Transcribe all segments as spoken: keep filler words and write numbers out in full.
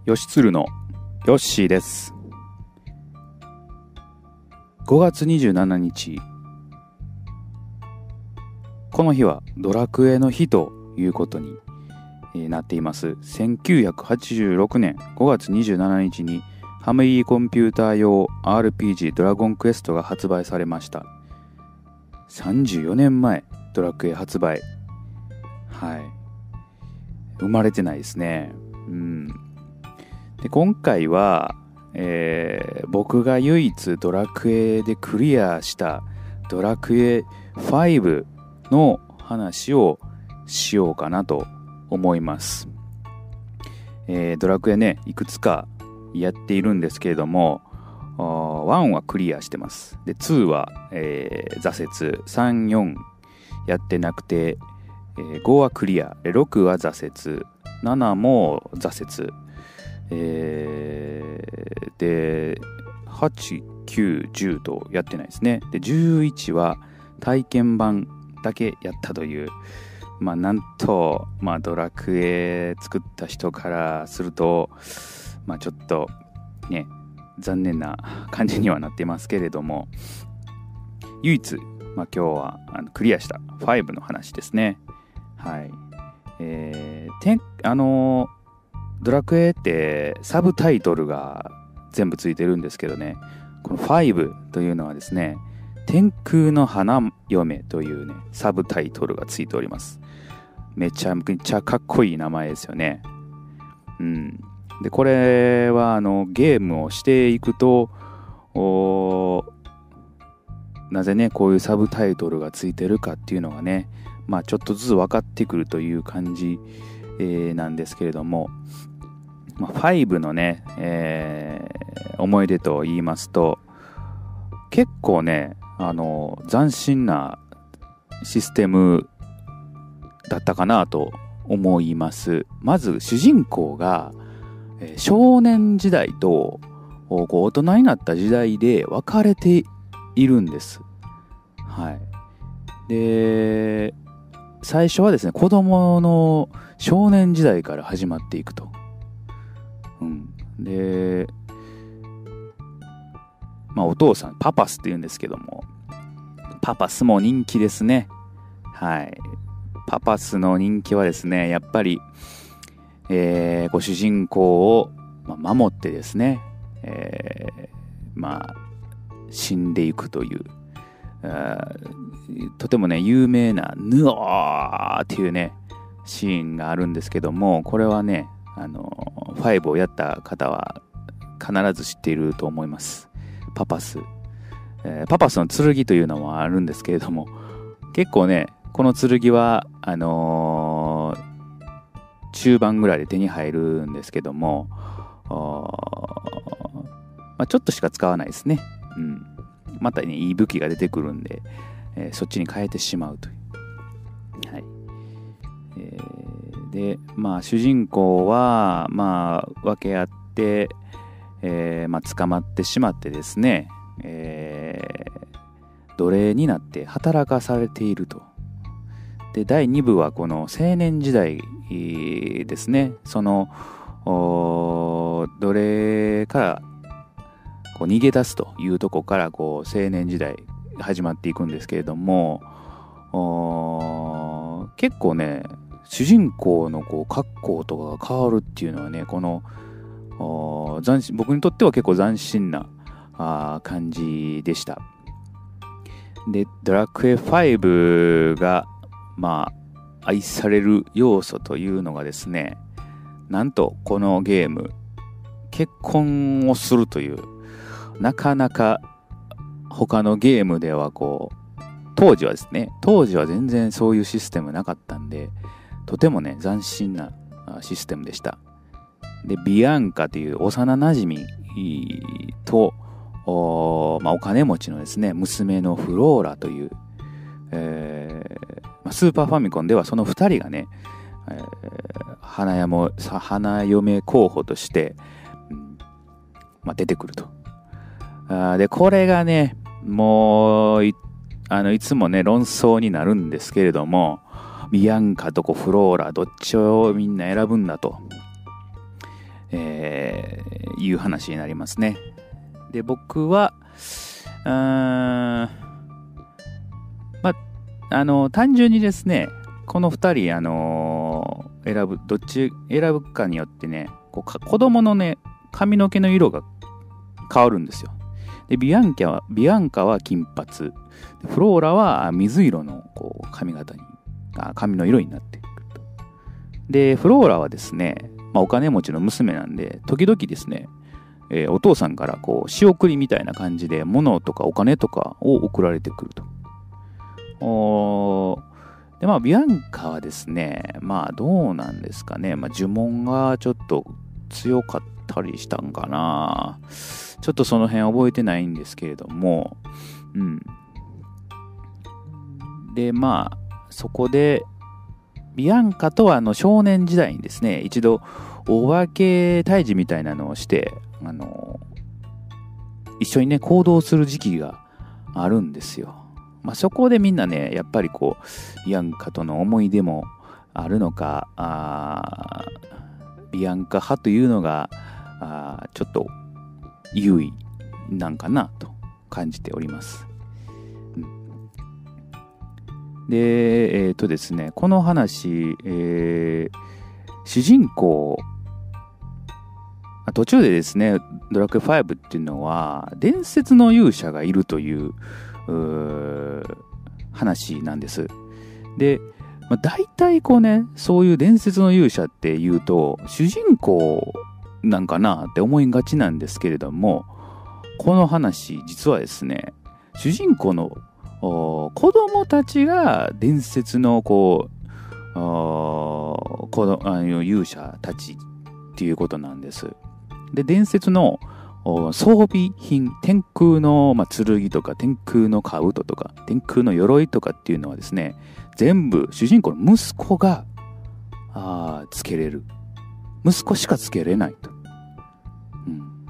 よしつるのヨッシーです。ごがつにじゅうしちにち、この日はドラクエの日ということになっています。せんきゅうひゃくはちじゅうろくねんごがつにじゅうしちにちにファミリーコンピューター用 アールピージー ドラゴンクエストが発売されました。さんじゅうよねんまえドラクエ発売。はい。生まれてないですね。うん。で今回は、えー、僕が唯一ドラクエでクリアしたドラクエフの話をしようかなと思います。えー、ドラクエね、いくつかやっているんですけれども、いちはクリアしてます。で、には、えー、挫折、さん、よんやってなくて、えー、ごはクリア、ろくは挫折、ななも挫折、えー、ではち、きゅう、じゅうとやってないですね。でじゅういちは体験版だけやったという、まあなんと、まあ、ドラクエ作った人からすると、まあちょっとね残念な感じにはなってますけれども、唯一、まあ、今日はあのクリアしたごの話ですね。はい。えー、てんあのードラクエってサブタイトルが全部ついてるんですけどね、このごというのはですね、天空の花嫁というねサブタイトルがついております。めちゃめちゃかっこいい名前ですよね。うん。でこれはあのゲームをしていくと、なぜねこういうサブタイトルがついてるかっていうのがね、まあちょっとずつ分かってくるという感じ、えー、なんですけれども、まあ、ごのね、えー、思い出と言いますと、結構ね、あの斬新なシステムだったかなと思います。まず主人公が、えー、少年時代とこう大人になった時代で分かれているんです。はい。で、最初はですね、子供の少年時代から始まっていくと。うん、で、まあお父さん、パパスって言うんですけども、パパスも人気ですね。はい。パパスの人気はですね、やっぱり、えー、ご主人公を、まあ、守ってですね、えー、まあ、死んでいくという、とてもね、有名な、ヌオーっていうね、シーンがあるんですけども、これはね、あの、ごをやった方は必ず知っていると思います。パパス。えー、パパスの剣というのもあるんですけれども、結構ね、この剣は、あのー、中盤ぐらいで手に入るんですけども、まあ、ちょっとしか使わないですね。うん。またね、いい武器が出てくるんで、えー、そっちに変えてしまうという。はい。えー、で、まあ、主人公は、まあ、分け合って、えー、まあ、捕まってしまってですね、えー、奴隷になって働かされていると。で、だいにぶはこの青年時代ですね。その、奴隷からこう逃げ出すというところからこう青年時代始まっていくんですけれども、結構ね、主人公のこう格好とかが変わるっていうのはね、この斬新、僕にとっては結構斬新なあ感じでした。で、ドラクエごがまあ愛される要素というのがですね、なんとこのゲーム結婚をするという、なかなか他のゲームではこう当時はですね、当時は全然そういうシステムなかったんで、とてもね斬新なシステムでした。で、ビアンカという幼なじみと お,、まあ、お金持ちのですね娘のフローラという、えーまあ、スーパーファミコンではそのふたりがね、えー、花嫁花嫁候補として、うんまあ、出てくると。あでこれがねもう い, あのいつもね論争になるんですけれども、ビアンカとこフローラどっちをみんな選ぶんだと、 えー、いう話になりますね。で、僕は、うーん、まあ、あの、単純にですね、この二人、あのー、選ぶ、どっち選ぶかによってね、こうか子供のね、髪の毛の色が変わるんですよ。で、ビアンカは、ビアンカは金髪、フローラは水色のこう髪型に、あ髪の色になってくると。で、フローラはですね、まあ、お金持ちの娘なんで、時々ですね、えー、お父さんからこう仕送りみたいな感じで物とかお金とかを送られてくると。おで、まあ、ビアンカはですね、まあ、どうなんですかね、まあ、呪文がちょっと強かったりしたんかな。ちょっとその辺覚えてないんですけれども、うん。で、まあ、そこで、ビアンカとはあの少年時代にですね、一度お化け退治みたいなのをして、あの、一緒にね、行動する時期があるんですよ。まあ、そこでみんなね、やっぱりこう、ビアンカとの思い出もあるのか、あビアンカ派というのが、あちょっと優位なんかなと感じております。で、えっとですね、この話、えー、主人公、途中でですね、ドラクエファイブっていうのは、伝説の勇者がいるという、う話なんです。で、まあ、大体こうね、そういう伝説の勇者っていうと、主人公なんかなって思いがちなんですけれども、この話、実はですね、主人公の子供たちが伝説のこうこのあの勇者たちっていうことなんです。で、伝説の装備品、天空の、まあ、剣とか天空の兜とか天空の鎧とかっていうのはですね、全部主人公の息子があつけれる。息子しかつけれないと。うん、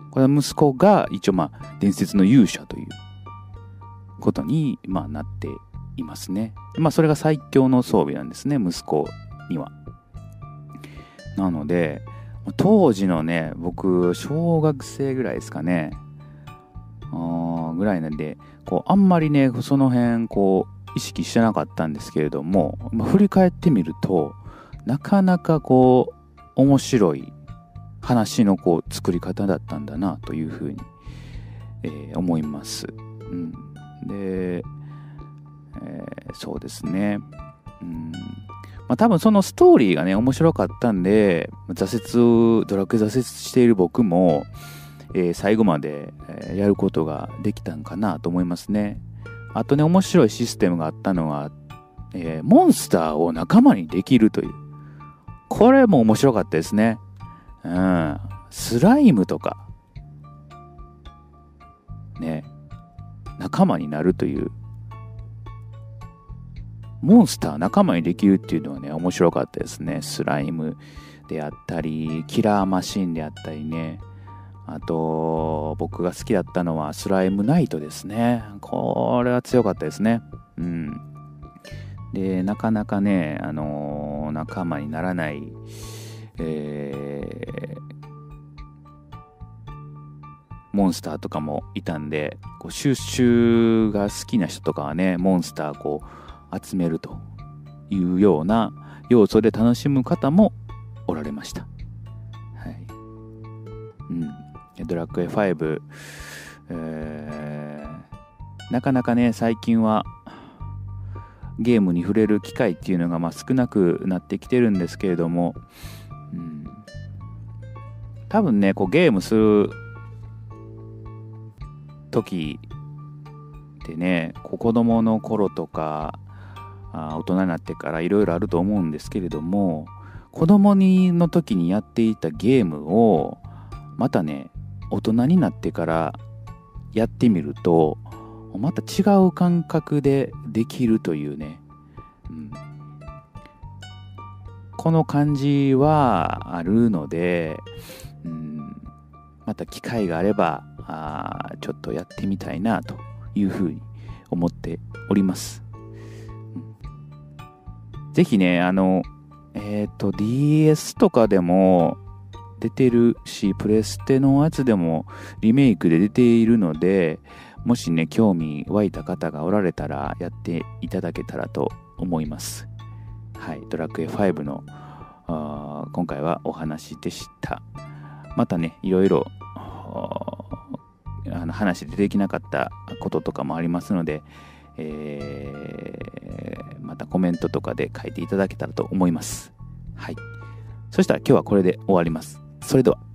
これは息子が一応まあ伝説の勇者ということに、まあ、なっていますね。まあ、それが最強の装備なんですね、息子には。なので、当時のね、僕、小学生ぐらいですかね、あぐらいなんで、こう、あんまりね、その辺、こう、意識してなかったんですけれども、まあ、振り返ってみると、なかなかこう、面白い話のこう、作り方だったんだな、というふうに、えー、思います。うんで、えー、そうですね。うんまあ、多分そのストーリーがね、面白かったんで、挫折、ドラクエ挫折している僕も、えー、最後まで、えー、やることができたんかなと思いますね。あとね、面白いシステムがあったのは、えー、モンスターを仲間にできるという。これも面白かったですね。うん。スライムとか、ね。仲間になるというモンスター仲間にできるっていうのはね面白かったですね。スライムであったりキラーマシンであったりね、あと僕が好きだったのはスライムナイトですね。これは強かったですね。うんでなかなかねあのー、仲間にならないえーモンスターとかもいたんで、こう収集が好きな人とかはね、モンスターこう集めるというような要素で楽しむ方もおられました。はい。うん。ドラクエファイブ、えー、なかなかね、最近はゲームに触れる機会っていうのがまあ少なくなってきてるんですけれども、うん、多分ね、こうゲームする時ってね、子供の頃とかあ大人になってからいろいろあると思うんですけれども、子供にの時にやっていたゲームをまたね大人になってからやってみるとまた違う感覚でできるというね、うん、この感じはあるので、うん、また機会があればあちょっとやってみたいなというふうに思っております。うん、ぜひねあのえっと ディーエス とかでも出てるし、プレステのやつでもリメイクで出ているので、もしね、興味湧いた方がおられたらやっていただけたらと思います。はい、ドラクエファイブのあ今回はお話でした。またね、いろいろあの話でできなかったこととかもありますので、えー、またコメントとかで書いていただけたらと思います。はい。そしたら今日はこれで終わります。それでは。